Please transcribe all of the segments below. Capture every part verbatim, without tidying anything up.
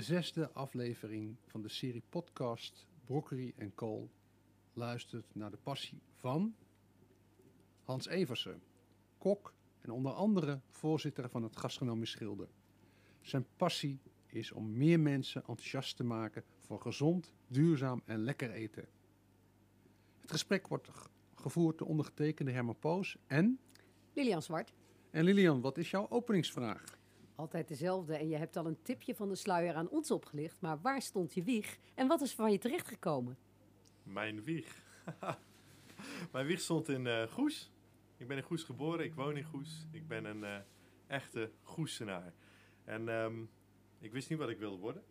zesde aflevering van de serie podcast Broccoli en Kool luistert naar de passie van Hans Eversen, kok en onder andere voorzitter van het Gastronomisch Gilde. Zijn passie is om meer mensen enthousiast te maken voor gezond, duurzaam en lekker eten. Het gesprek wordt gevoerd door ondergetekende Herman Poos en Lilian Zwart. En Lilian, wat is jouw openingsvraag? Altijd dezelfde en je hebt al een tipje van de sluier aan ons opgelicht. Maar waar stond je wieg en wat is van je terechtgekomen? Mijn wieg? Mijn wieg stond in uh, Goes. Ik ben in Goes geboren, ik woon in Goes. Ik ben een uh, echte Goesenaar. En um, ik wist niet wat ik wilde worden.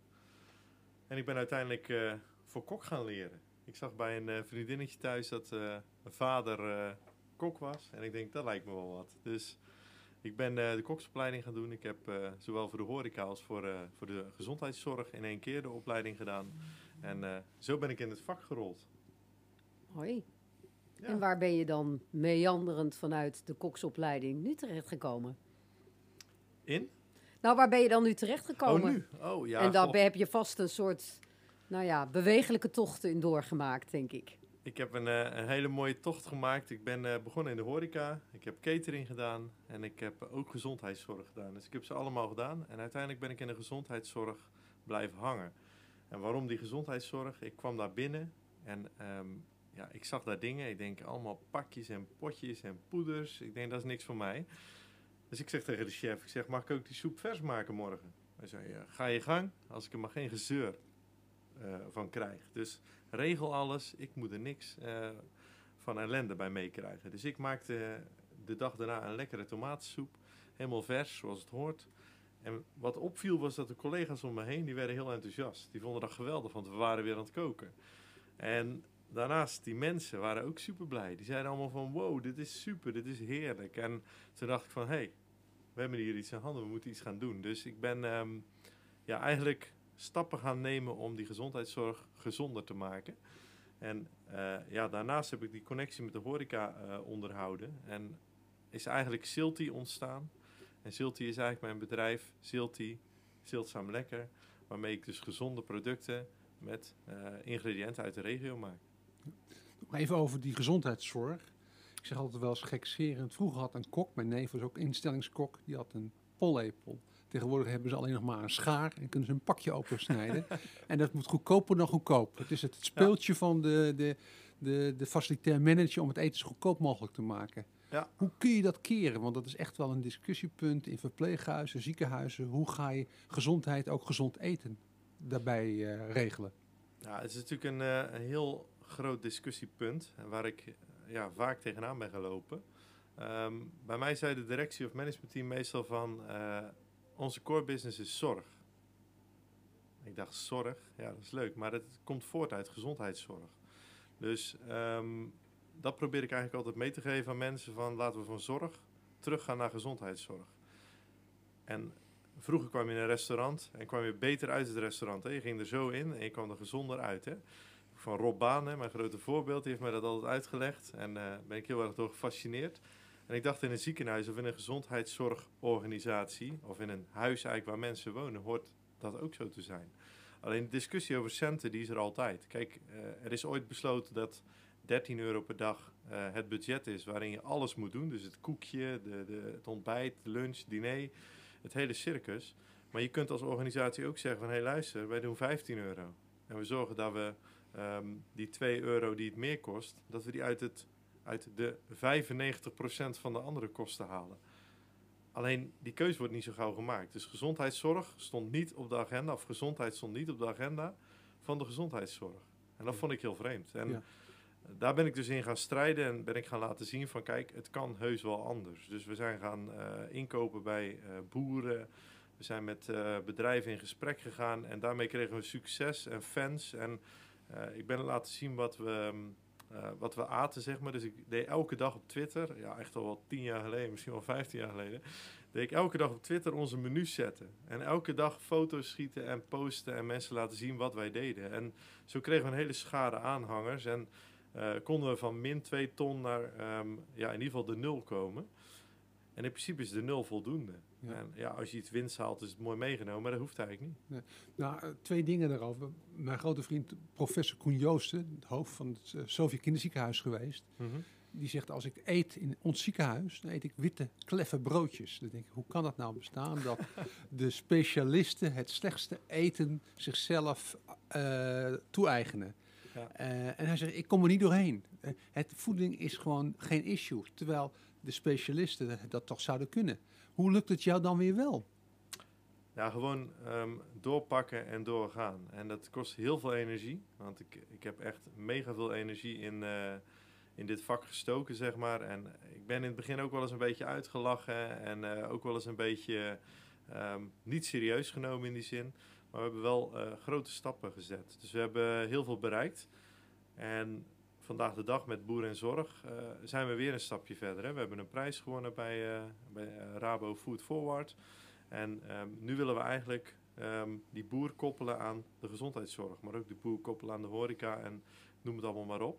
En ik ben uiteindelijk uh, voor kok gaan leren. Ik zag bij een uh, vriendinnetje thuis dat uh, mijn vader uh, kok was. En ik denk, dat lijkt me wel wat. Dus ik ben uh, de koksopleiding gaan doen. Ik heb uh, zowel voor de horeca als voor, uh, voor de gezondheidszorg in één keer de opleiding gedaan. En uh, zo ben ik in het vak gerold. Hoi. Ja. En waar ben je dan meanderend vanuit de koksopleiding nu terechtgekomen? In? Nou, waar ben je dan nu terechtgekomen? Oh, nu? Oh, ja. En daar goh. heb je vast een soort, nou ja, bewegelijke tochten in doorgemaakt, denk ik. Ik heb een, uh, een hele mooie tocht gemaakt. Ik ben uh, begonnen in de horeca. Ik heb catering gedaan. En ik heb ook gezondheidszorg gedaan. Dus ik heb ze allemaal gedaan. En uiteindelijk ben ik in de gezondheidszorg blijven hangen. En waarom die gezondheidszorg? Ik kwam daar binnen. En um, ja, ik zag daar dingen. Ik denk allemaal pakjes en potjes en poeders. Ik denk, dat is niks voor mij. Dus ik zeg tegen de chef. Ik zeg, mag ik ook die soep vers maken morgen? Hij zei, ja, ga je gang. Als ik er maar geen gezeur uh, van krijg. Dus regel alles. Ik moet er niks uh, van ellende bij meekrijgen. Dus ik maakte de dag daarna een lekkere tomatensoep. Helemaal vers, zoals het hoort. En wat opviel was dat de collega's om me heen, die werden heel enthousiast. Die vonden dat geweldig, want we waren weer aan het koken. En daarnaast, die mensen waren ook super blij. Die zeiden allemaal van, wow, dit is super, dit is heerlijk. En toen dacht ik van, hé, hey, we hebben hier iets aan handen, we moeten iets gaan doen. Dus ik ben um, ja, eigenlijk stappen gaan nemen om die gezondheidszorg gezonder te maken. En uh, ja, daarnaast heb ik die connectie met de horeca uh, onderhouden. En is eigenlijk Silti ontstaan. En Silti is eigenlijk mijn bedrijf, Silti, Zildzaam Lekker. Waarmee ik dus gezonde producten met uh, ingrediënten uit de regio maak. Nog even over die gezondheidszorg. Ik zeg altijd wel eens gekscherend. Vroeger had een kok, mijn neef was ook instellingskok, die had een pollepel. Tegenwoordig hebben ze alleen nog maar een schaar en kunnen ze een pakje opensnijden. En dat moet goedkoper dan goedkoop. Het is het speeltje ja. van de, de, de, de facilitair manager om het eten zo goedkoop mogelijk te maken. Ja. Hoe kun je dat keren? Want dat is echt wel een discussiepunt in verpleeghuizen, ziekenhuizen. Hoe ga je gezondheid, ook gezond eten, daarbij uh, regelen? Ja, het is natuurlijk een, uh, een heel groot discussiepunt waar ik ja, vaak tegenaan ben gelopen. Um, bij mij zei de directie of managementteam meestal van Uh, onze core business is zorg. Ik dacht, zorg? Ja, dat is leuk. Maar het komt voort uit gezondheidszorg. Dus um, dat probeer ik eigenlijk altijd mee te geven aan mensen. Van laten we van zorg teruggaan naar gezondheidszorg. En vroeger kwam je in een restaurant en kwam je beter uit het restaurant. Hè? Je ging er zo in en je kwam er gezonder uit. Hè? Van Rob Baan, hè, mijn grote voorbeeld, die heeft mij dat altijd uitgelegd. En daar uh, ben ik heel erg door gefascineerd. En ik dacht in een ziekenhuis of in een gezondheidszorgorganisatie of in een huis eigenlijk waar mensen wonen, hoort dat ook zo te zijn. Alleen de discussie over centen, die is er altijd. Kijk, uh, er is ooit besloten dat dertien euro per dag uh, het budget is waarin je alles moet doen. Dus het koekje, de, de, het ontbijt, de lunch, het diner, het hele circus. Maar je kunt als organisatie ook zeggen van, hé hey, luister, wij doen vijftien euro. En we zorgen dat we um, die twee euro die het meer kost, dat we die uit het uit de vijfennegentig procent van de andere kosten halen. Alleen die keuze wordt niet zo gauw gemaakt. Dus gezondheidszorg stond niet op de agenda, of gezondheid stond niet op de agenda van de gezondheidszorg. En dat vond ik heel vreemd. En ja. daar ben ik dus in gaan strijden en ben ik gaan laten zien van kijk, het kan heus wel anders. Dus we zijn gaan uh, inkopen bij uh, boeren. We zijn met uh, bedrijven in gesprek gegaan en daarmee kregen we succes en fans. En uh, ik ben laten zien wat we Um, Uh, wat we aten, zeg maar. Dus ik deed elke dag op Twitter, ja, echt al wel tien jaar geleden, misschien wel vijftien jaar geleden, deed ik elke dag op Twitter onze menus zetten. En elke dag foto's schieten en posten en mensen laten zien wat wij deden. En zo kregen we een hele schare aanhangers en uh, konden we van min twee ton naar, um, ja, in ieder geval de nul komen. En in principe is de nul voldoende. Ja. En ja, als je iets winst haalt, is het mooi meegenomen, maar dat hoeft eigenlijk niet. Nou, eh, twee dingen daarover. Mijn grote vriend professor Koen Joosten, het hoofd van het uh, Sofia Kinderziekenhuis geweest, Mm-hmm. die zegt, als ik eet in ons ziekenhuis, dan eet ik witte, kleffe broodjes. Dan denk ik, hoe kan dat nou bestaan dat de specialisten het slechtste eten zichzelf uh, toe-eigenen? Ja. Uh, en hij zegt, ik kom er niet doorheen. Uh, het voeding is gewoon geen issue, terwijl de specialisten dat toch zouden kunnen. Hoe lukt het jou dan weer wel? Ja, gewoon um, doorpakken en doorgaan. En dat kost heel veel energie, want ik, ik heb echt mega veel energie in... Uh, in dit vak gestoken, zeg maar. En ik ben in het begin ook wel eens een beetje uitgelachen en uh, ook wel eens een beetje um, niet serieus genomen in die zin. Maar we hebben wel uh, grote stappen gezet. Dus we hebben heel veel bereikt. En vandaag de dag met Boer en Zorg uh, zijn we weer een stapje verder. Hè. We hebben een prijs gewonnen bij, uh, bij uh, Rabo Food Forward. En um, nu willen we eigenlijk um, die boer koppelen aan de gezondheidszorg. Maar ook de boer koppelen aan de horeca en noem het allemaal maar op.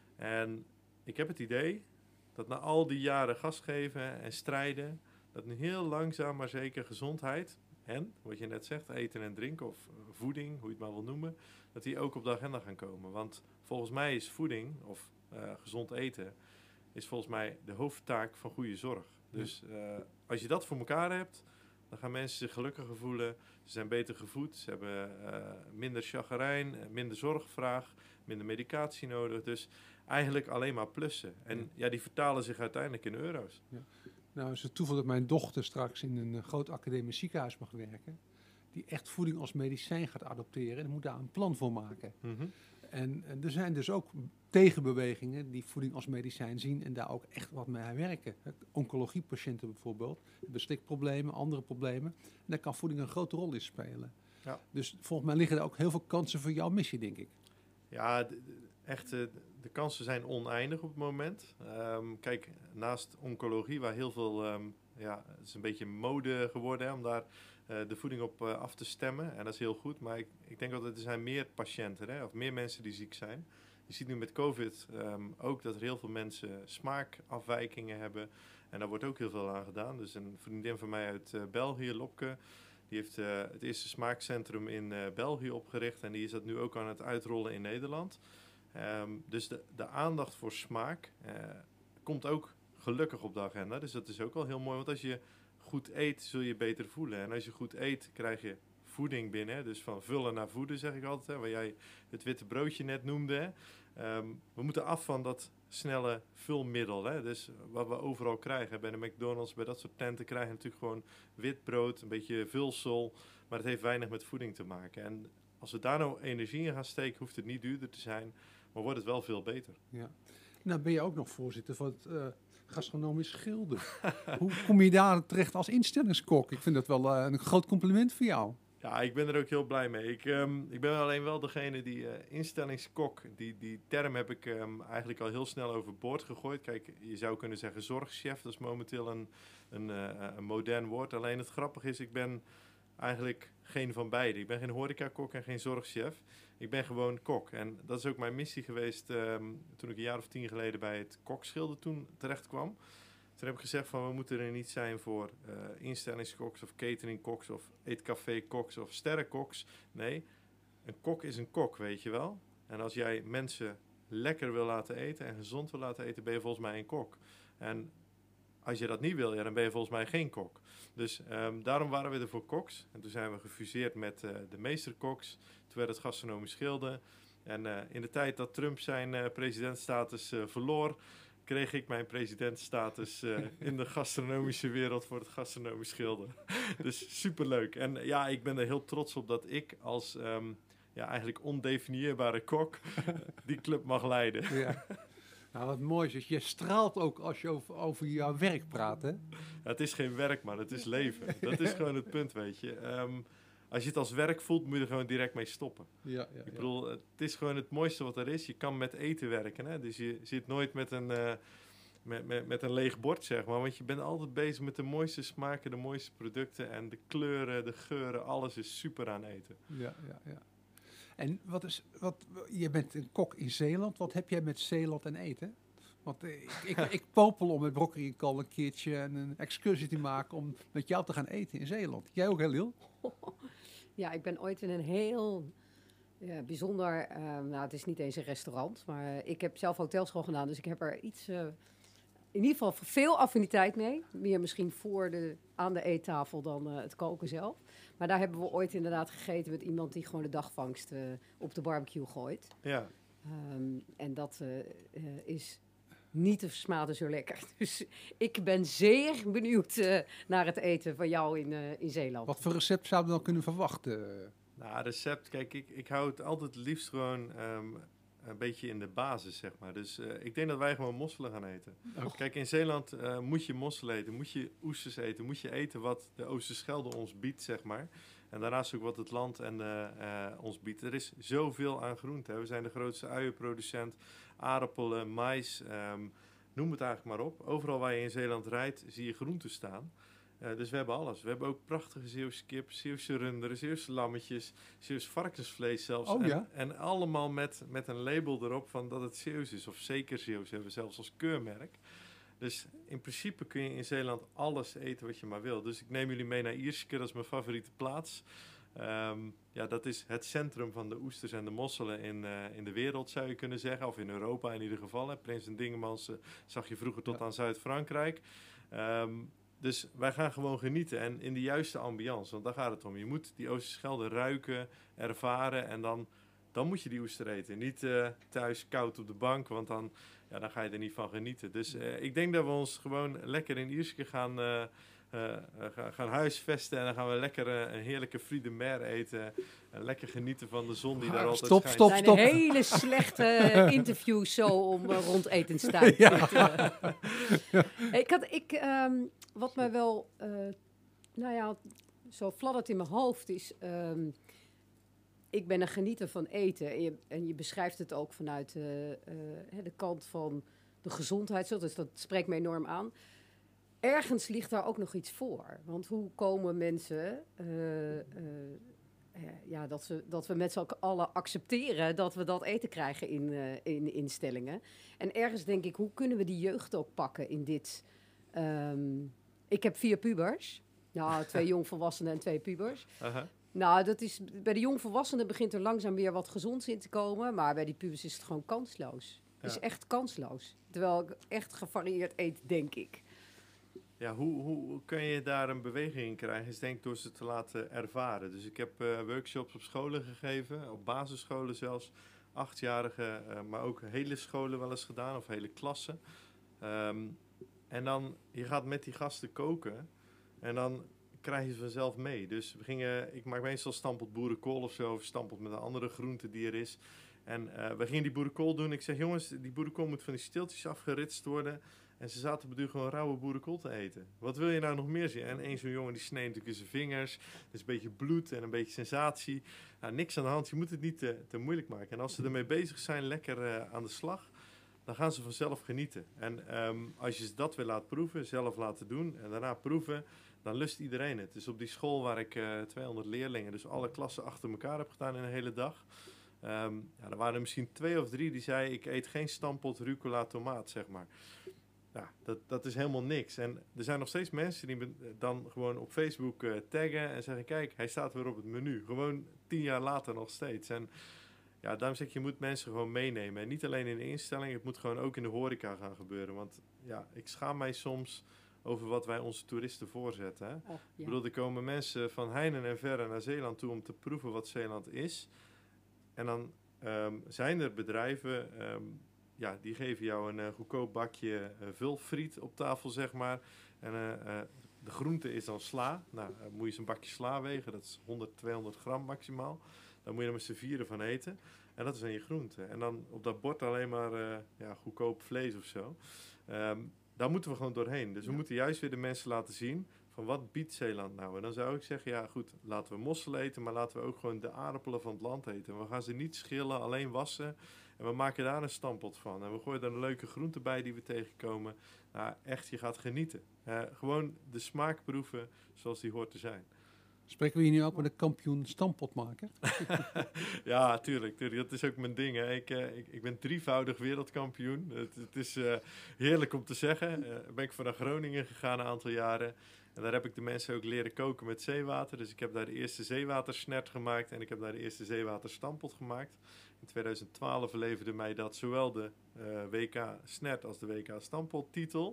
En ik heb het idee dat na al die jaren gas geven en strijden, dat nu heel langzaam maar zeker gezondheid en, wat je net zegt, eten en drinken of voeding, hoe je het maar wil noemen, dat die ook op de agenda gaan komen. Want volgens mij is voeding of uh, gezond eten, is volgens mij de hoofdtaak van goede zorg. Dus uh, als je dat voor elkaar hebt, dan gaan mensen zich gelukkiger voelen. Ze zijn beter gevoed, ze hebben uh, minder chagrijn, minder zorgvraag, minder medicatie nodig. Dus eigenlijk alleen maar plussen. En ja, ja die vertalen zich uiteindelijk in euro's. Ja. Nou, is het toeval dat mijn dochter straks in een uh, groot academisch ziekenhuis mag werken. Die echt voeding als medicijn gaat adopteren. En moet daar een plan voor maken. Mm-hmm. En, en er zijn dus ook tegenbewegingen die voeding als medicijn zien en daar ook echt wat mee werken. Oncologiepatiënten bijvoorbeeld hebben slikproblemen, andere problemen. En daar kan voeding een grote rol in spelen. Ja. Dus volgens mij liggen er ook heel veel kansen voor jouw missie, denk ik. Ja, de, de, echt, de, de kansen zijn oneindig op het moment. Um, kijk, naast oncologie, waar heel veel, um, ja, het is een beetje mode geworden hè, om daar uh, de voeding op uh, af te stemmen. En dat is heel goed, maar ik, ik denk dat er zijn meer patiënten, hè, of meer mensen die ziek zijn. Je ziet nu met COVID um, ook dat er heel veel mensen smaakafwijkingen hebben. En daar wordt ook heel veel aan gedaan. Dus een vriendin van mij uit uh, België, Lopke, die heeft uh, het eerste smaakcentrum in uh, België opgericht. En die is dat nu ook aan het uitrollen in Nederland. Um, dus de, de aandacht voor smaak uh, komt ook gelukkig op de agenda. Dus dat is ook wel heel mooi. Want als je goed eet, zul je beter voelen. En als je goed eet, krijg je voeding binnen. Dus van vullen naar voeden, zeg ik altijd. Hè, waar jij het witte broodje net noemde. Hè. Um, we moeten af van dat snelle vulmiddel. Hè. Dus wat we overal krijgen. Bij de McDonald's, bij dat soort tenten krijg je natuurlijk gewoon wit brood. Een beetje vulsel. Maar het heeft weinig met voeding te maken. En als we daar nou energie in gaan steken, hoeft het niet duurder te zijn. Maar wordt het wel veel beter. Ja. Nou ben je ook nog voorzitter van het uh, gastronomisch gilde. Hoe kom je daar terecht als instellingskok? Ik vind dat wel uh, een groot compliment voor jou. Ja, ik ben er ook heel blij mee. Ik, um, ik ben alleen wel degene die uh, instellingskok, die, die term heb ik um, eigenlijk al heel snel overboord gegooid. Kijk, je zou kunnen zeggen zorgchef, dat is momenteel een, een, uh, een modern woord. Alleen het grappige is, ik ben eigenlijk geen van beide. Ik ben geen horecakok en geen zorgchef. Ik ben gewoon kok. En dat is ook mijn missie geweest um, toen ik een jaar of tien geleden bij het kokschilde toen terecht kwam. Toen heb ik gezegd van we moeten er niet zijn voor uh, instellingskoks of cateringkoks of eetcafékoks of sterrenkoks. Nee, een kok is een kok, weet je wel. En als jij mensen lekker wil laten eten en gezond wil laten eten, ben je volgens mij een kok. En als je dat niet wil, ja, dan ben je volgens mij geen kok. Dus um, daarom waren we er voor koks. En toen zijn we gefuseerd met uh, de meesterkoks. Toen werd het gastronomisch gilde. En uh, in de tijd dat Trump zijn uh, presidentstatus uh, verloor, kreeg ik mijn presidentstatus uh, in de gastronomische wereld voor het gastronomisch gilde. Dus superleuk. En uh, ja, ik ben er heel trots op dat ik als um, ja, eigenlijk ondefinieerbare kok uh, die club mag leiden. Ja. Nou, wat mooi is, dus je straalt ook als je over, over jouw werk praat, hè? Ja, het is geen werk, man. Het is leven. Dat is gewoon het punt, weet je. Um, als je het als werk voelt, moet je er gewoon direct mee stoppen. Ja, ja, ik bedoel, ja. Het is gewoon het mooiste wat er is. Je kan met eten werken, hè. Dus je zit nooit met een, uh, met, met, met een leeg bord, zeg maar. Want je bent altijd bezig met de mooiste smaken, de mooiste producten. En de kleuren, de geuren, alles is super aan eten. Ja, ja, ja. En wat is, wat, je bent een kok in Zeeland. Wat heb jij met Zeeland en eten? Want eh, ik, ik, ik popel om met Broccoli en Kool een keertje een excursie te maken om met jou te gaan eten in Zeeland. Jij ook, hè, Lil? Ja, ik ben ooit in een heel ja, bijzonder, eh, nou het is niet eens een restaurant, maar ik heb zelf hotelschool gedaan, dus ik heb er iets, uh, in ieder geval veel affiniteit mee. Meer misschien voor de, aan de eettafel dan uh, het koken zelf. Maar daar hebben we ooit inderdaad gegeten met iemand die gewoon de dagvangst uh, op de barbecue gooit. Ja. Um, en dat uh, uh, is niet te versmaden zo lekker. Dus ik ben zeer benieuwd uh, naar het eten van jou in, uh, in Zeeland. Wat voor recept zouden we dan kunnen verwachten? Nou, recept, kijk, ik, ik hou het altijd het liefst gewoon um, een beetje in de basis, zeg maar. Dus uh, ik denk dat wij gewoon mosselen gaan eten. Oh. Kijk, in Zeeland uh, moet je mosselen eten, moet je oesters eten, moet je eten wat de Oosterschelde ons biedt, zeg maar. En daarnaast ook wat het land en uh, uh, ons biedt. Er is zoveel aan groente. Hè. We zijn de grootste uienproducent, aardappelen, mais, um, noem het eigenlijk maar op. Overal waar je in Zeeland rijdt, zie je groenten staan. Uh, dus we hebben alles. We hebben ook prachtige Zeeuwse kip, Zeeuwse runderen, Zeeuwse lammetjes, Zeeuws varkensvlees zelfs. Oh, en, ja? en allemaal met, met een label erop van dat het Zeeuws is. Of zeker Zeeuws hebben we zelfs als keurmerk. Dus in principe kun je in Zeeland alles eten wat je maar wil. Dus ik neem jullie mee naar Ierseke, dat is mijn favoriete plaats. Um, ja, dat is het centrum van de oesters en de mosselen in, uh, in de wereld, zou je kunnen zeggen. Of in Europa in ieder geval. Hè. Prins en Dingemans uh, zag je vroeger tot ja. aan Zuid-Frankrijk. Um, dus wij gaan gewoon genieten en in de juiste ambiance, want daar gaat het om. Je moet die Oosterschelde ruiken, ervaren en dan, dan moet je die oester eten. Niet uh, thuis koud op de bank, want dan, ja, dan ga je er niet van genieten. Dus uh, ik denk dat we ons gewoon lekker in Ierseke gaan, uh, uh, gaan, gaan huisvesten en dan gaan we lekker uh, een heerlijke fruit de mer eten. En lekker genieten van de zon die ah, daar altijd stop, schijnt. Stop, stop, stop. Het zijn hele slechte interviews zo om uh, rond etenstijd. Ja. Met, uh, ik had, ik, um, wat mij wel, uh, nou ja, zo fladdert in mijn hoofd is, um, ik ben een genieter van eten. En je, en je beschrijft het ook vanuit uh, uh, de kant van de gezondheid, dus dat spreekt me enorm aan. Ergens ligt daar ook nog iets voor. Want hoe komen mensen... Uh, uh, ja, dat, ze, dat we met z'n allen accepteren dat we dat eten krijgen in, uh, in instellingen. En ergens denk ik, hoe kunnen we die jeugd ook pakken in dit... Um, ik heb vier pubers. Nou, twee jongvolwassenen en twee pubers. Uh-huh. Nou, dat is, bij de jongvolwassenen begint er langzaam weer wat gezonds in te komen. Maar bij die pubers is het gewoon kansloos. Het ja. is echt kansloos. Terwijl ik echt gevarieerd eet, denk ik. Ja, hoe, hoe kun je daar een beweging in krijgen? Is denk ik door ze te laten ervaren. Dus ik heb uh, workshops op scholen gegeven, op basisscholen zelfs. Achtjarigen, uh, maar ook hele scholen wel eens gedaan, of hele klassen. Um, en dan, je gaat met die gasten koken en dan krijg je ze vanzelf mee. Dus we gingen, ik maak meestal stampot boerenkool of zo, of stampot met een andere groente die er is. En uh, we gingen die boerenkool doen. Ik zeg, jongens, die boerenkool moet van die steeltjes afgeritst worden. En ze zaten bedoel gewoon rauwe boerenkool te eten. Wat wil je nou nog meer zien? En één zo'n jongen die sneed natuurlijk in zijn vingers. Er is een beetje bloed en een beetje sensatie. Nou, niks aan de hand. Je moet het niet te, te moeilijk maken. En als ze ermee bezig zijn, lekker uh, aan de slag, dan gaan ze vanzelf genieten. En um, als je ze dat weer laat proeven, zelf laten doen en daarna proeven, dan lust iedereen het. Dus op die school waar ik uh, tweehonderd leerlingen, dus alle klassen achter elkaar heb gedaan in een hele dag. Um, ja, er waren er misschien twee of drie die zeiden, ik eet geen stampot rucola tomaat, zeg maar. Ja, dat, dat is helemaal niks. En er zijn nog steeds mensen die me dan gewoon op Facebook uh, taggen en zeggen, kijk, hij staat weer op het menu. Gewoon tien jaar later nog steeds. En ja, daarom zeg ik, je moet mensen gewoon meenemen. En niet alleen in de instelling, het moet gewoon ook in de horeca gaan gebeuren. Want ja, ik schaam mij soms over wat wij onze toeristen voorzetten. Hè? Oh, ja. Ik bedoel, er komen mensen van heinen en verre naar Zeeland toe om te proeven wat Zeeland is. En dan um, zijn er bedrijven, um, ja, die geven jou een uh, goedkoop bakje uh, vulfriet op tafel, zeg maar. En uh, uh, de groente is dan sla. Nou, uh, moet je zo'n bakje sla wegen, dat is honderd, tweehonderd gram maximaal. Dan moet je er met z'n vieren van eten. En dat is dan je groente. En dan op dat bord alleen maar uh, ja, goedkoop vlees of zo. Um, daar moeten we gewoon doorheen. Dus we ja. moeten juist weer de mensen laten zien van wat biedt Zeeland nou. En dan zou ik zeggen, ja goed, laten we mosselen eten, maar laten we ook gewoon de aardappelen van het land eten. We gaan ze niet schillen, alleen wassen. En we maken daar een stampot van. En we gooien er een leuke groente bij die we tegenkomen. Nou, echt, je gaat genieten. Uh, gewoon de smaak proeven zoals die hoort te zijn. Spreken we hier nu ook met de kampioen stampotmaker? Ja, tuurlijk, tuurlijk. Dat is ook mijn ding. Hè. Ik, uh, ik, ik ben drievoudig wereldkampioen. Het, het is uh, heerlijk om te zeggen. Uh, ben ik van naar Groningen gegaan een aantal jaren. En daar heb ik de mensen ook leren koken met zeewater. Dus ik heb daar de eerste zeewatersnert gemaakt. En ik heb daar de eerste zeewaterstampot gemaakt. In tweeduizend twaalf leverde mij dat zowel de uh, W K snert als de W K stampot titel.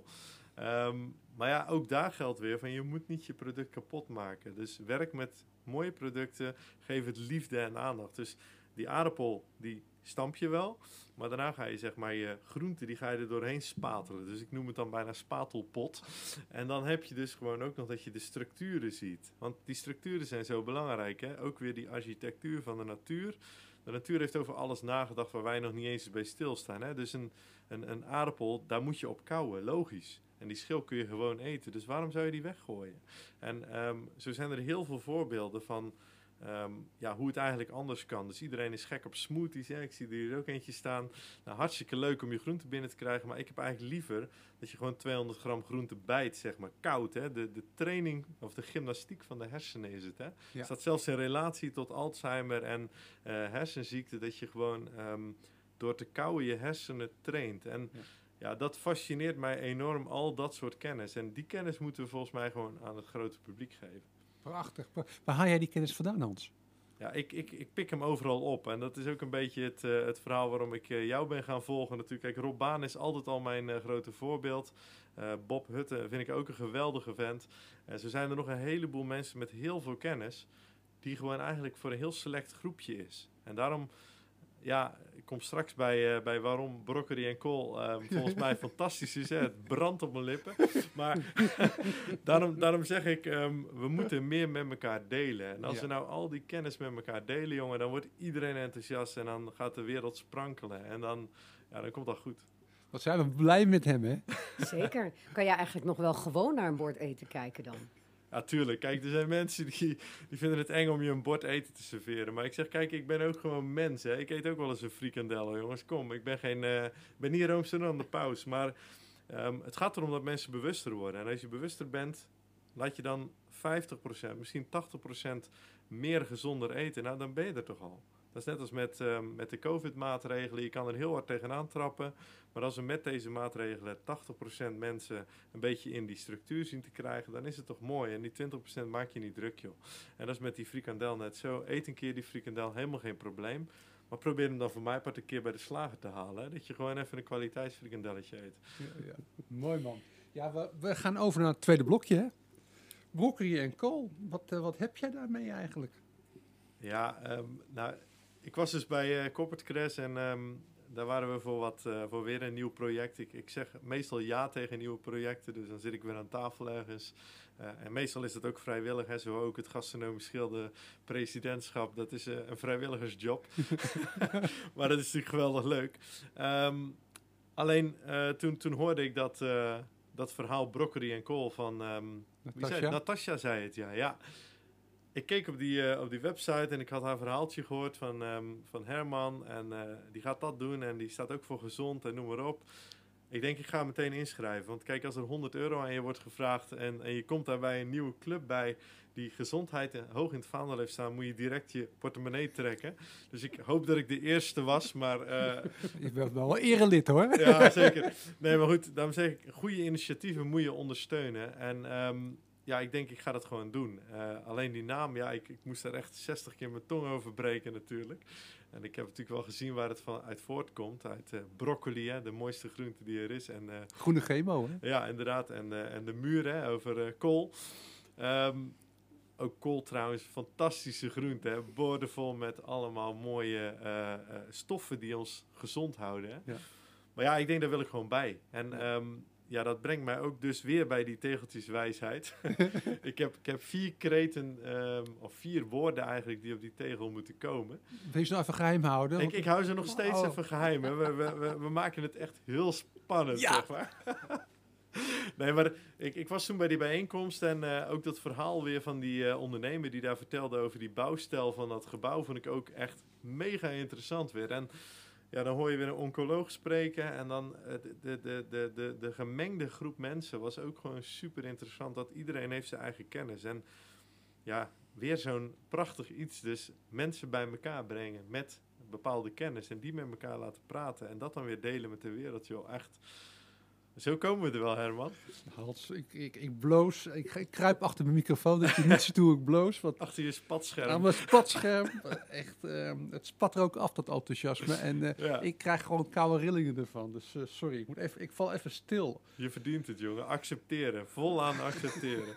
Um, maar ja, ook daar geldt weer van je moet niet je product kapot maken. Dus werk met mooie producten, geef het liefde en aandacht. Dus die aardappel, die stamp je wel, maar daarna ga je zeg maar je groente, die ga je er doorheen spatelen. Dus ik noem het dan bijna spatelpot. En dan heb je dus gewoon ook nog dat je de structuren ziet. Want die structuren zijn zo belangrijk, hè? Ook weer die architectuur van de natuur. De natuur heeft over alles nagedacht waar wij nog niet eens bij stilstaan. Hè? Dus een, een, een aardappel, daar moet je op kauwen, logisch. En die schil kun je gewoon eten. Dus waarom zou je die weggooien? En um, zo zijn er heel veel voorbeelden van um, ja, hoe het eigenlijk anders kan. Dus iedereen is gek op smoothies. Hè? Ik zie er hier ook eentje staan. Nou, hartstikke leuk om je groente binnen te krijgen. Maar ik heb eigenlijk liever dat je gewoon tweehonderd gram groente bijt, zeg maar, koud. Hè? De, de training of de gymnastiek van de hersenen is het. Hè? Ja. Staat zelfs in relatie tot Alzheimer en uh, hersenziekte. Dat je gewoon um, door te kauwen je hersenen traint. En ja. Ja, dat fascineert mij enorm, al dat soort kennis. En die kennis moeten we volgens mij gewoon aan het grote publiek geven. Prachtig. Waar haal jij die kennis vandaan, Hans? Ja, ik, ik, ik pik hem overal op. En dat is ook een beetje het, uh, het verhaal waarom ik uh, jou ben gaan volgen. Natuurlijk, kijk, Rob Baan is altijd al mijn uh, grote voorbeeld. Uh, Bob Hutte vind ik ook een geweldige vent. En zo zijn er nog een heleboel mensen met heel veel kennis, die gewoon eigenlijk voor een heel select groepje is. En daarom... Ja, ik kom straks bij, uh, bij waarom broccoli en kool uh, volgens mij fantastisch is. Hè? Het brandt op mijn lippen. Maar daarom, daarom zeg ik, um, we moeten meer met elkaar delen. En als ja. we nou al die kennis met elkaar delen, jongen, dan wordt iedereen enthousiast. En dan gaat de wereld sprankelen. En dan, ja, dan komt dat goed. Wat zijn we blij met hem, hè? Zeker. Kan jij eigenlijk nog wel gewoon naar een bord eten kijken dan? Ja, tuurlijk. Kijk, er zijn mensen die, die vinden het eng om je een bord eten te serveren. Maar ik zeg, kijk, ik ben ook gewoon mens, hè. Ik eet ook wel eens een frikandel, jongens. Kom, ik ben geen, uh, ben niet roomser dan de paus. Maar um, het gaat erom dat mensen bewuster worden. En als je bewuster bent, laat je dan vijftig procent, misschien tachtig procent meer gezonder eten. Nou, dan ben je er toch al. Dat is net als met, um, met de COVID-maatregelen. Je kan er heel hard tegenaan trappen. Maar als we met deze maatregelen tachtig procent mensen een beetje in die structuur zien te krijgen, dan is het toch mooi. En die twintig procent maak je niet druk, joh. En dat is met die frikandel net zo. Eet een keer die frikandel, helemaal geen probleem. Maar probeer hem dan voor mij part een keer bij de slager te halen. Hè? Dat je gewoon even een kwaliteitsfrikandelletje eet. Ja, ja. Mooi, man. Ja, we, we gaan over naar het tweede blokje, hè? Broccoli en kool. Wat, uh, wat heb jij daarmee eigenlijk? Ja, um, nou... Ik was dus bij uh, Corporate Crash en um, daar waren we voor, wat, uh, voor weer een nieuw project. Ik, ik zeg meestal ja tegen nieuwe projecten, dus dan zit ik weer aan tafel ergens. Uh, en meestal is dat ook vrijwillig, hè, zo ook het gastronomisch schilder presidentschap. Dat is uh, een vrijwilligersjob, maar dat is natuurlijk geweldig leuk. Um, alleen uh, toen, toen hoorde ik dat, uh, dat verhaal broccoli en kool van... Um, wie zei het? Natasja zei het, ja. ja. Ik keek op die, uh, op die website en ik had haar verhaaltje gehoord van, um, van Herman. En uh, die gaat dat doen en die staat ook voor gezond en noem maar op. Ik denk, ik ga meteen inschrijven. Want kijk, als er honderd euro aan je wordt gevraagd en, en je komt daarbij een nieuwe club bij die gezondheid hoog in het vaandel heeft staan, moet je direct je portemonnee trekken. Dus ik hoop dat ik de eerste was, maar... Uh, je bent wel erelid, hoor. Ja, zeker. Nee, maar goed, daarom zeg ik, goede initiatieven moet je ondersteunen. En... Um, Ja, ik denk, ik ga dat gewoon doen. Uh, alleen die naam, ja, ik, ik moest daar echt zestig keer mijn tong over breken natuurlijk. En ik heb natuurlijk wel gezien waar het van uit voortkomt. Uit uh, broccoli, hè, de mooiste groente die er is. En, uh, groene chemo, hè? Ja, inderdaad. En, uh, en de muur, hè, over uh, kool. Um, ook kool trouwens, fantastische groente. Hè, boordevol met allemaal mooie uh, uh, stoffen die ons gezond houden. Hè. Ja. Maar ja, ik denk, daar wil ik gewoon bij. En... Um, Ja, dat brengt mij ook dus weer bij die tegeltjeswijsheid. ik, heb, ik heb vier kreten, um, of vier woorden eigenlijk, die op die tegel moeten komen. Wil je ze nou even geheim houden? Ik, ik hou ze nog steeds oh. even geheim. Hè. We, we, we, we maken het echt heel spannend, ja. zeg maar. Nee, maar ik, ik was toen bij die bijeenkomst en uh, ook dat verhaal weer van die uh, ondernemer die daar vertelde over die bouwstijl van dat gebouw, vond ik ook echt mega interessant weer. En ja, dan hoor je weer een oncoloog spreken en dan uh, de, de, de, de, de gemengde groep mensen was ook gewoon super interessant. Dat iedereen heeft zijn eigen kennis. En ja, weer zo'n prachtig iets. Dus mensen bij elkaar brengen met bepaalde kennis. En die met elkaar laten praten. En dat dan weer delen met de wereld, joh. Echt. Zo komen we er wel, Herman. Hans, ik, ik, ik bloos. Ik, ik kruip achter mijn microfoon. Dat je niet ziet hoe ik bloos. Want Achter je spatscherm. aan mijn spatscherm. Echt, uh, het spat er ook af, dat enthousiasme. En uh, Ja. ik krijg gewoon koude rillingen ervan. Dus uh, sorry, ik, moet even, ik val even stil. Je verdient het, jongen. Accepteren. Volaan accepteren.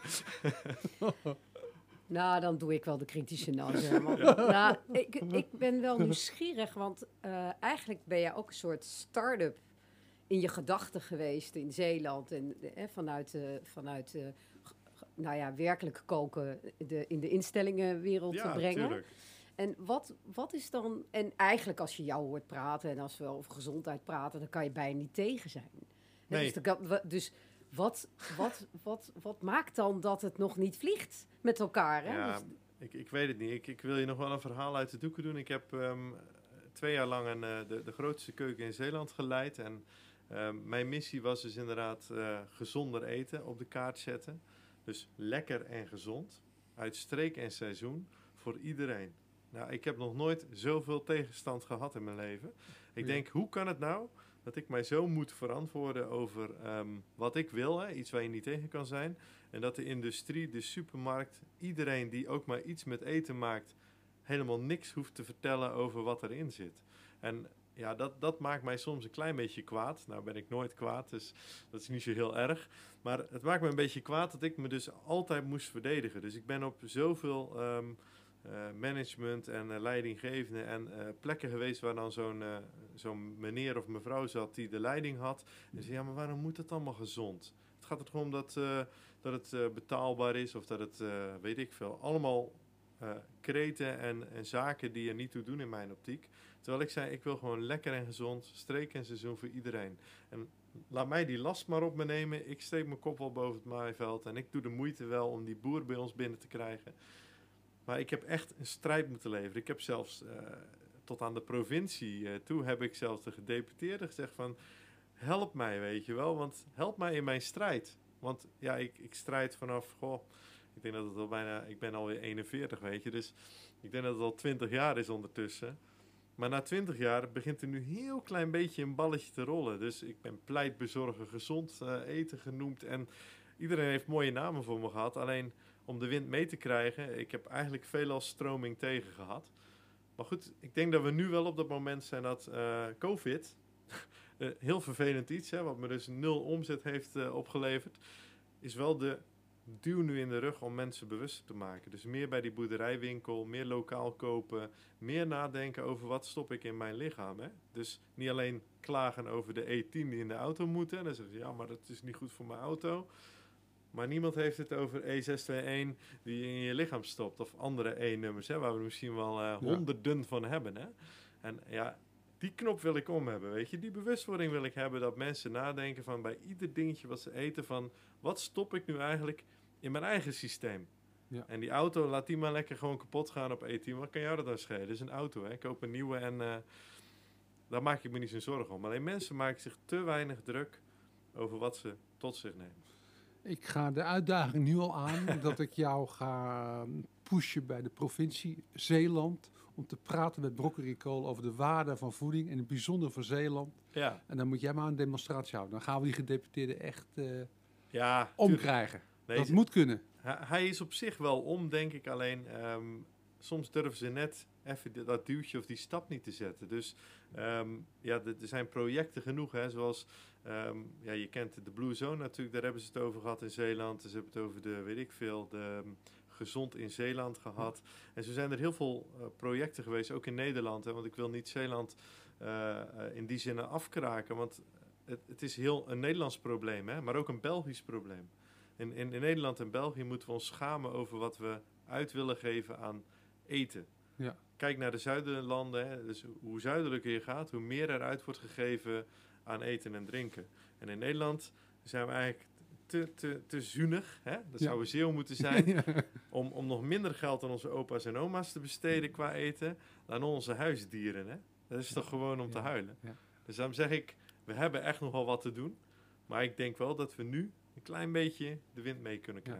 Nou, dan doe ik wel de kritische nas, Herman. Ja. Nou, ik, ik ben wel nieuwsgierig, want uh, eigenlijk ben jij ook een soort start-up in je gedachten geweest in Zeeland. En eh, vanuit, uh, vanuit uh, nou ja, werkelijk koken de, in de instellingenwereld Ja, te brengen. Tuurlijk. En wat, wat is dan... En eigenlijk als je jou hoort praten en als we over gezondheid praten, dan kan je bijna niet tegen zijn. Nee. Dus, de, dus wat, wat, wat, wat maakt dan dat het nog niet vliegt met elkaar? Hè? Ja, Dus, ik, ik weet het niet. Ik, ik wil je nog wel een verhaal uit de doeken doen. Ik heb um, twee jaar lang een, uh, de, de grootste keuken in Zeeland geleid. En uh, mijn missie was dus inderdaad uh, gezonder eten op de kaart zetten. Dus lekker en gezond. Uit streek en seizoen. Voor iedereen. Nou, ik heb nog nooit zoveel tegenstand gehad in mijn leven. Ik Ja. denk, hoe kan het nou dat ik mij zo moet verantwoorden over um, wat ik wil, hè? Iets waar je niet tegen kan zijn. En dat de industrie, de supermarkt, iedereen die ook maar iets met eten maakt, helemaal niks hoeft te vertellen over wat erin zit. En ja, dat, dat maakt mij soms een klein beetje kwaad. Nou ben ik nooit kwaad, dus dat is niet zo heel erg. Maar het maakt me een beetje kwaad dat ik me dus altijd moest verdedigen. Dus ik ben op zoveel um, uh, management en uh, leidinggevende en uh, plekken geweest waar dan zo'n, uh, zo'n meneer of mevrouw zat die de leiding had. En zei, ja, maar waarom moet het allemaal gezond? Het gaat er gewoon om dat, uh, dat het uh, betaalbaar is of dat het, uh, weet ik veel, allemaal uh, kreten en, en zaken die er niet toe doen in mijn optiek. Terwijl ik zei, ik wil gewoon lekker en gezond, streek en seizoen voor iedereen. En laat mij die last maar op me nemen. Ik steek mijn kop wel boven het maaiveld en ik doe de moeite wel om die boer bij ons binnen te krijgen. Maar ik heb echt een strijd moeten leveren. Ik heb zelfs uh, tot aan de provincie uh, toe heb ik zelfs de gedeputeerde gezegd van, help mij, weet je wel, want help mij in mijn strijd. Want ja, ik, ik strijd vanaf, goh, ik denk dat het al bijna, ik ben alweer eenenveertig, weet je, dus ik denk dat het al twintig jaar is ondertussen. Maar na twintig jaar begint er nu heel klein beetje een balletje te rollen. Dus ik ben pleitbezorger gezond uh, eten genoemd en iedereen heeft mooie namen voor me gehad. Alleen om de wind mee te krijgen, ik heb eigenlijk veelal stroming tegen gehad. Maar goed, ik denk dat we nu wel op dat moment zijn dat uh, COVID, uh, heel vervelend iets, hè, wat me dus nul omzet heeft uh, opgeleverd, is wel de duw nu in de rug om mensen bewust te maken. Dus meer bij die boerderijwinkel, meer lokaal kopen, meer nadenken over wat stop ik in mijn lichaam. Hè? Dus niet alleen klagen over de E tien die in de auto moeten. En dan zeggen ze, ja, maar dat is niet goed voor mijn auto. Maar niemand heeft het over E zes twee een die je in je lichaam stopt. Of andere E-nummers, hè, waar we misschien wel uh, honderden ja. van hebben. Hè? En ja, die knop wil ik om hebben, weet je. Die bewustwording wil ik hebben dat mensen nadenken van bij ieder dingetje wat ze eten van, wat stop ik nu eigenlijk in mijn eigen systeem? Ja. En die auto, laat die maar lekker gewoon kapot gaan op E tien. Wat kan jou dat nou schelen? Het is een auto, hè. Ik koop een nieuwe en uh, daar maak ik me niet zo'n zorgen om. Alleen mensen maken zich te weinig druk over wat ze tot zich nemen. Ik ga de uitdaging nu al aan dat ik jou ga pushen bij de provincie Zeeland om te praten met Broccoli Cool over de waarde van voeding en in het bijzonder voor Zeeland. Ja. En dan moet jij maar een demonstratie houden. Dan gaan we die gedeputeerde echt uh, ja, omkrijgen. Nee, dat ze, moet kunnen. Hij, hij is op zich wel om, denk ik. Alleen um, soms durven ze net even dat duwtje of die stap niet te zetten. Dus um, ja, er zijn projecten genoeg, hè, zoals um, ja, je kent de Blue Zone natuurlijk. Daar hebben ze het over gehad in Zeeland. Ze hebben het over de, weet ik veel, de um, Gezond in Zeeland gehad. En zo zijn er heel veel uh, projecten geweest, ook in Nederland. Hè, want ik wil niet Zeeland uh, uh, in die zin afkraken, want het, het is heel een Nederlands probleem, hè, maar ook een Belgisch probleem. In, in, in Nederland en België moeten we ons schamen over wat we uit willen geven aan eten. Ja. Kijk naar de zuiderlanden, hè, dus hoe zuidelijker je gaat, hoe meer eruit wordt gegeven aan eten en drinken. En in Nederland zijn we eigenlijk te, te, te zuinig, hè? Dat ja. zou een zeeuw moeten zijn, ja. om, om nog minder geld aan onze opa's en oma's te besteden qua eten dan onze huisdieren. Hè? Dat is toch gewoon om ja. te huilen. Ja. Dus daarom zeg ik, we hebben echt nog wel wat te doen. Maar ik denk wel dat we nu een klein beetje de wind mee kunnen krijgen. Ja.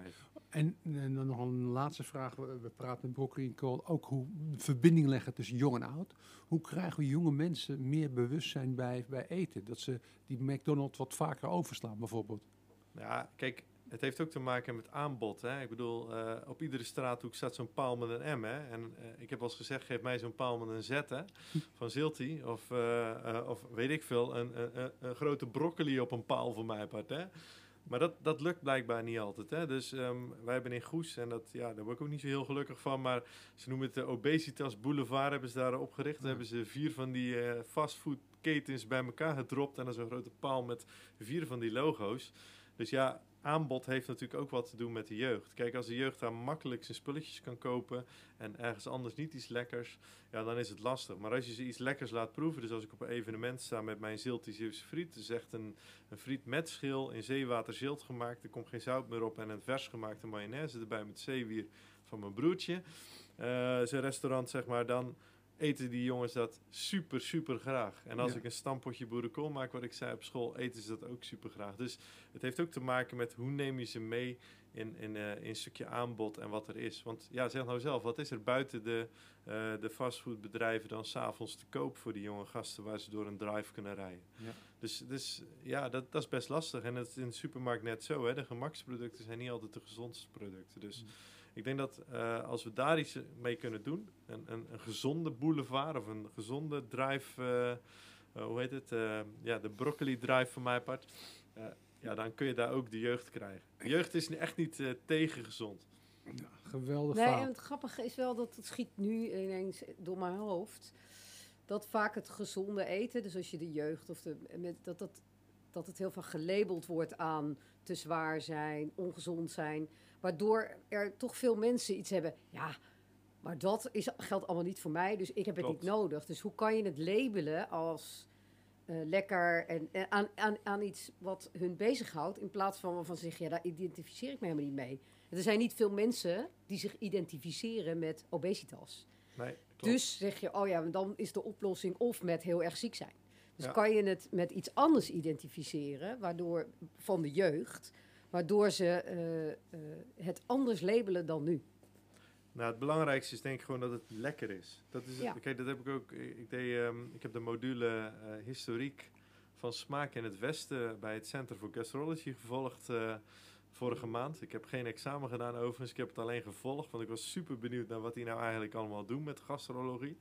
En, en dan nog een laatste vraag. We, we praten met Broccoli en Cole ook hoe verbinding leggen tussen jong en oud. Hoe krijgen we jonge mensen meer bewustzijn bij, bij eten? Dat ze die McDonald's wat vaker overslaan bijvoorbeeld. Ja, kijk, het heeft ook te maken met aanbod. Hè? Ik bedoel, uh, op iedere straathoek staat zo'n paal met een M. Hè? En uh, ik heb al eens gezegd, geef mij zo'n paal met een Z, hè? Van Zilti. Of, uh, uh, of weet ik veel, een, een, een, een grote broccoli op een paal voor mij part, hè? Maar dat, dat lukt blijkbaar niet altijd. Hè? Dus um, wij hebben in Goes, en dat, ja, daar word ik ook niet zo heel gelukkig van, maar ze noemen het de Obesitas Boulevard, hebben ze daar opgericht. Dan ja. hebben ze vier van die uh, fastfoodketens bij elkaar gedropt en dan zo'n grote paal met vier van die logo's. Dus ja, aanbod heeft natuurlijk ook wat te doen met de jeugd. Kijk, als de jeugd daar makkelijk zijn spulletjes kan kopen en ergens anders niet iets lekkers, ja, dan is het lastig. Maar als je ze iets lekkers laat proeven, dus als ik op een evenement sta met mijn Zilti Zeeuwse friet, dus echt een, een friet met schil, in zeewater zilt gemaakt, er komt geen zout meer op en een vers gemaakte mayonaise erbij met zeewier van mijn broertje. Uh, zijn restaurant, zeg maar, dan eten die jongens dat super, super graag. En als ja. ik een stampotje boerenkool maak, wat ik zei op school, eten ze dat ook super graag. Dus het heeft ook te maken met hoe neem je ze mee in, in, uh, in een stukje aanbod en wat er is. Want ja, zeg nou zelf, wat is er buiten de, uh, de fastfoodbedrijven dan 's avonds te koop voor die jonge gasten waar ze door een drive kunnen rijden? Ja. Dus, dus ja, dat, dat is best lastig. En het is in de supermarkt net zo. Hè? De gemaksproducten zijn niet altijd de gezondste producten. Dus... Mm. Ik denk dat uh, als we daar iets mee kunnen doen, een, een, een gezonde boulevard of een gezonde drive, uh, uh, hoe heet het, uh, ja, de broccoli drive van mijn part, uh, ja, dan kun je daar ook de jeugd krijgen. De jeugd is echt niet uh, tegen gezond. Ja, geweldig nee, verhaal. en het grappige is wel dat het schiet nu ineens door mijn hoofd, dat vaak het gezonde eten, dus als je de jeugd of de, met, dat, dat, dat het heel veel gelabeld wordt aan te zwaar zijn, ongezond zijn, waardoor er toch veel mensen iets hebben. Ja, maar dat is, geldt allemaal niet voor mij, dus ik heb het Klopt. niet nodig. Dus hoe kan je het labelen als uh, lekker en, en aan, aan, aan iets wat hun bezighoudt, in plaats van waarvan ze zeggen, ja, daar identificeer ik me helemaal niet mee. En er zijn niet veel mensen die zich identificeren met obesitas. Nee, dus zeg je, oh ja, dan is de oplossing of met heel erg ziek zijn. Dus ja. kan je het met iets anders identificeren, waardoor van de jeugd, waardoor ze uh, uh, het anders labelen dan nu. Nou, het belangrijkste is denk ik gewoon dat het lekker is. Dat is ja. het, kijk, dat heb ik ook. Ik, deed, um, ik heb de module uh, historiek van smaak in het Westen bij het Center for Gastrology gevolgd uh, vorige maand. Ik heb geen examen gedaan overigens, ik heb het alleen gevolgd, want ik was super benieuwd naar wat die nou eigenlijk allemaal doen met gastrologie.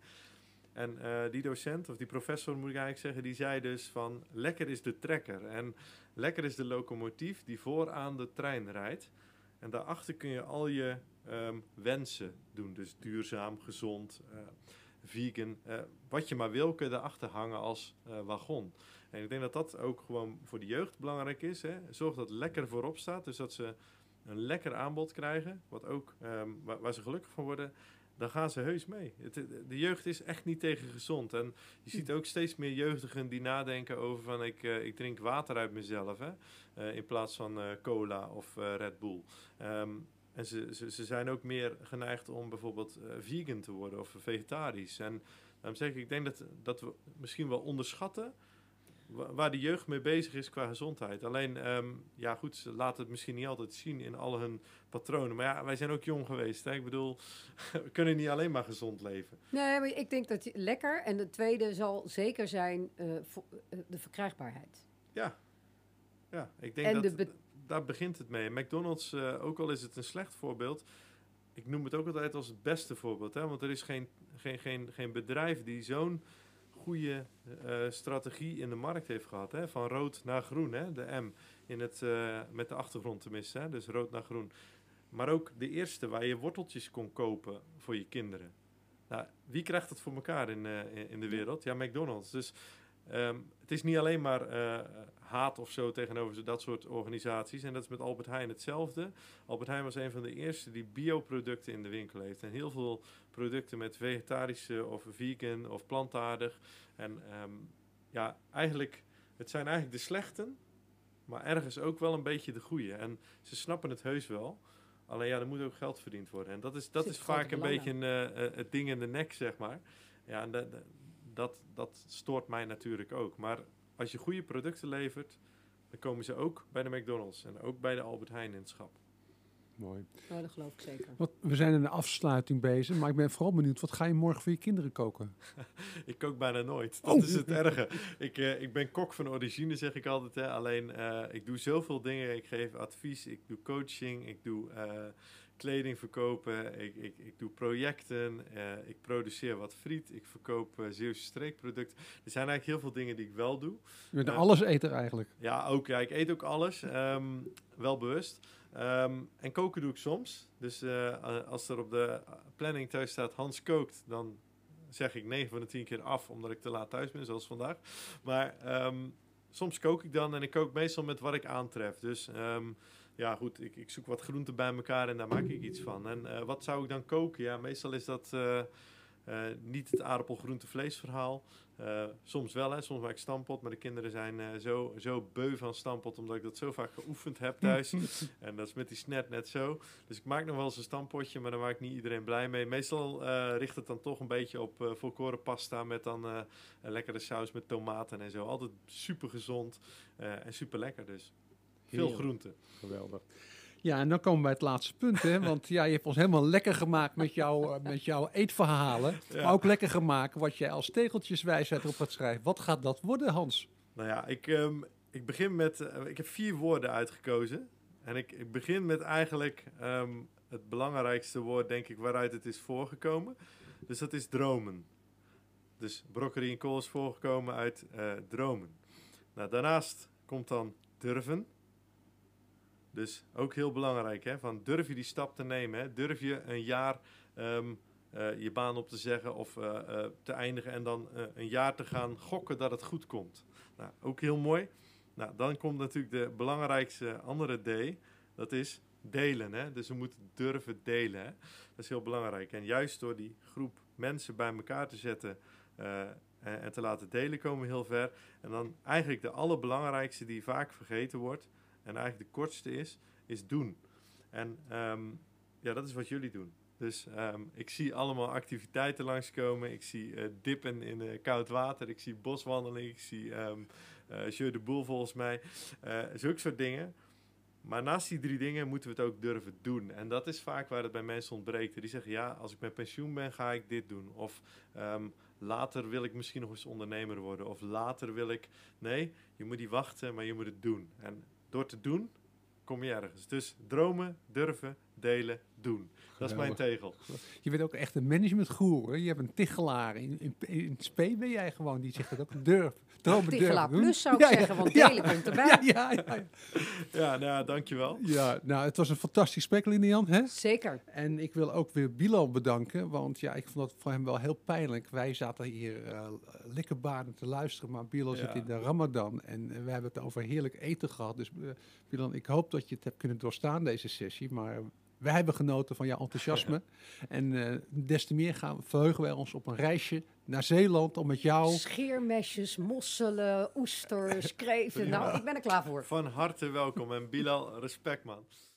En uh, die docent, of die professor moet ik eigenlijk zeggen, die zei dus van lekker is de trekker. En lekker is de locomotief die vooraan de trein rijdt. En daarachter kun je al je um, wensen doen. Dus duurzaam, gezond, uh, vegan. Uh, wat je maar wil kun je daarachter hangen als uh, wagon. En ik denk dat dat ook gewoon voor de jeugd belangrijk is. Hè. Zorg dat het lekker voorop staat. Dus dat ze een lekker aanbod krijgen. Wat ook, um, waar, waar ze gelukkig van worden. Dan gaan ze heus mee. Het, de jeugd is echt niet tegen gezond. En je ziet ook steeds meer jeugdigen die nadenken over van ik, uh, ik drink water uit mezelf. Hè? Uh, in plaats van uh, cola of uh, Red Bull. Um, en ze, ze, ze zijn ook meer geneigd om bijvoorbeeld uh, vegan te worden of vegetarisch. En daarom zeg ik, ik denk dat, dat we misschien wel onderschatten waar de jeugd mee bezig is qua gezondheid. Alleen, um, ja goed, ze laten het misschien niet altijd zien in al hun patronen. Maar ja, wij zijn ook jong geweest. Hè? Ik bedoel, we kunnen niet alleen maar gezond leven. Nee, maar ik denk dat je lekker. En de tweede zal zeker zijn uh, vo- uh, de verkrijgbaarheid. Ja, ja ik denk en dat de be- daar begint het mee. McDonald's, uh, ook al is het een slecht voorbeeld, ik noem het ook altijd als het beste voorbeeld. Hè? Want er is geen, geen, geen, geen bedrijf die zo'n goede uh, strategie in de markt heeft gehad. Hè? Van rood naar groen, hè? De M. In het, uh, met de achtergrond tenminste, hè? Dus rood naar groen. Maar ook de eerste waar je worteltjes kon kopen voor je kinderen. Nou, wie krijgt het voor elkaar in, uh, in de wereld? Ja, McDonald's. Dus um, het is niet alleen maar uh, haat of zo tegenover dat soort organisaties. En dat is met Albert Heijn hetzelfde. Albert Heijn was een van de eerste die bioproducten in de winkel heeft. En heel veel producten met vegetarische of vegan of plantaardig. En um, ja, eigenlijk, het zijn eigenlijk de slechten, maar ergens ook wel een beetje de goede. En ze snappen het heus wel. Alleen ja, er moet ook geld verdiend worden. En dat is, dat is vaak een beetje uh, uh, het ding in de nek, zeg maar. Ja, en dat, dat, dat stoort mij natuurlijk ook. Maar als je goede producten levert, dan komen ze ook bij de McDonald's en ook bij de Albert Heijn in het schap. Mooi. Oh, dat geloof ik zeker. Wat, we zijn in de afsluiting bezig, maar ik ben vooral benieuwd, wat ga je morgen voor je kinderen koken? Ik kook bijna nooit. Dat Oh. is het erge. Ik, uh, ik ben kok van origine, zeg ik altijd. Hè. Alleen, uh, ik doe zoveel dingen. Ik geef advies, ik doe coaching, ik doe uh, kleding verkopen, ik, ik, ik doe projecten, uh, ik produceer wat friet, ik verkoop uh, Zeeuwse streekproducten. Er zijn eigenlijk heel veel dingen die ik wel doe. Je bent een Uh, alleseter eigenlijk. Ja, ook. Ja, ik eet ook alles. Um, wel bewust. Um, en koken doe ik soms. Dus uh, als er op de planning thuis staat Hans kookt, dan zeg ik negen van de tien keer af, omdat ik te laat thuis ben, zoals vandaag. Maar um, soms kook ik dan en ik kook meestal met wat ik aantref. Dus um, ja, goed, ik, ik zoek wat groenten bij elkaar en daar maak ik iets van. En uh, wat zou ik dan koken? Ja, meestal is dat uh, uh, niet het aardappel-groente-vlees verhaal. Uh, soms wel, hè. Soms maak ik stampot, maar de kinderen zijn uh, zo, zo beu van stampot, omdat ik dat zo vaak geoefend heb thuis. En dat is met die snet net zo. Dus ik maak nog wel eens een stampotje, maar daar maak ik niet iedereen blij mee. Meestal uh, richt het dan toch een beetje op uh, volkoren pasta met dan uh, een lekkere saus met tomaten en zo. Altijd super gezond uh, en super lekker dus. Veel Heerlijk. groenten. Geweldig. Ja, en dan komen we bij het laatste punt, hè? Want ja, je hebt ons helemaal lekker gemaakt met, jou, uh, met jouw eetverhalen. Ja. Maar ook lekker gemaakt wat jij als tegeltjeswijsheid erop gaat schrijven. Wat gaat dat worden, Hans? Nou ja, ik, um, ik begin met... Uh, ik heb vier woorden uitgekozen. En ik, ik begin met eigenlijk um, het belangrijkste woord, denk ik, waaruit het is voorgekomen. Dus dat is dromen. Dus broccoli en kool is voorgekomen uit uh, dromen. Nou, daarnaast komt dan durven. Dus ook heel belangrijk, hè? Van durf je die stap te nemen? Hè? Durf je een jaar um, uh, je baan op te zeggen of uh, uh, te eindigen en dan uh, een jaar te gaan gokken dat het goed komt? Nou, ook heel mooi. Nou, dan komt natuurlijk de belangrijkste andere D. Dat is delen, hè? Dus we moeten durven delen, hè? Dat is heel belangrijk. En juist door die groep mensen bij elkaar te zetten uh, en, en te laten delen, komen we heel ver. En dan eigenlijk de allerbelangrijkste die vaak vergeten wordt en eigenlijk de kortste is, is doen. En um, ja, dat is wat jullie doen. Dus um, ik zie allemaal activiteiten langskomen. Ik zie uh, dippen in uh, koud water. Ik zie boswandeling. Ik zie um, uh, Jeu de Boel volgens mij. Uh, zulke soort dingen. Maar naast die drie dingen moeten we het ook durven doen. En dat is vaak waar het bij mensen ontbreekt. Die zeggen, ja, als ik met pensioen ben, ga ik dit doen. Of um, later wil ik misschien nog eens ondernemer worden. Of later wil ik... Nee, je moet niet wachten, maar je moet het doen. En door te doen, kom je ergens. Dus dromen, durven, delen, doen. Dat is mijn tegel. Je bent ook echt een managementgoeroe. Je hebt een tichelaar. In, in, in spe ben jij gewoon. Die zegt dat ook. Durf. Dromen, Tichelaar durven, plus zou ik ja, zeggen, ja, want ja, delen komt erbij. Ja, ja, ja, ja. Ja, nou ja, dankjewel. Ja, nou, het was een fantastisch gesprek, Lilian. Hè? Zeker. En ik wil ook weer Bilal bedanken. Want ja, ik vond dat voor hem wel heel pijnlijk. Wij zaten hier uh, lekker baden te luisteren. Maar Bilal Ja. zit in de Ramadan. En uh, we hebben het over heerlijk eten gehad. Dus uh, Bilal, ik hoop dat je het hebt kunnen doorstaan, deze sessie. Maar... wij hebben genoten van jouw enthousiasme. En uh, des te meer gaan, verheugen wij ons op een reisje naar Zeeland om met jou... Scheermesjes, mosselen, oesters, kreeften. Ja. Nou, ik ben er klaar voor. Van harte welkom. En Bilal, respect man.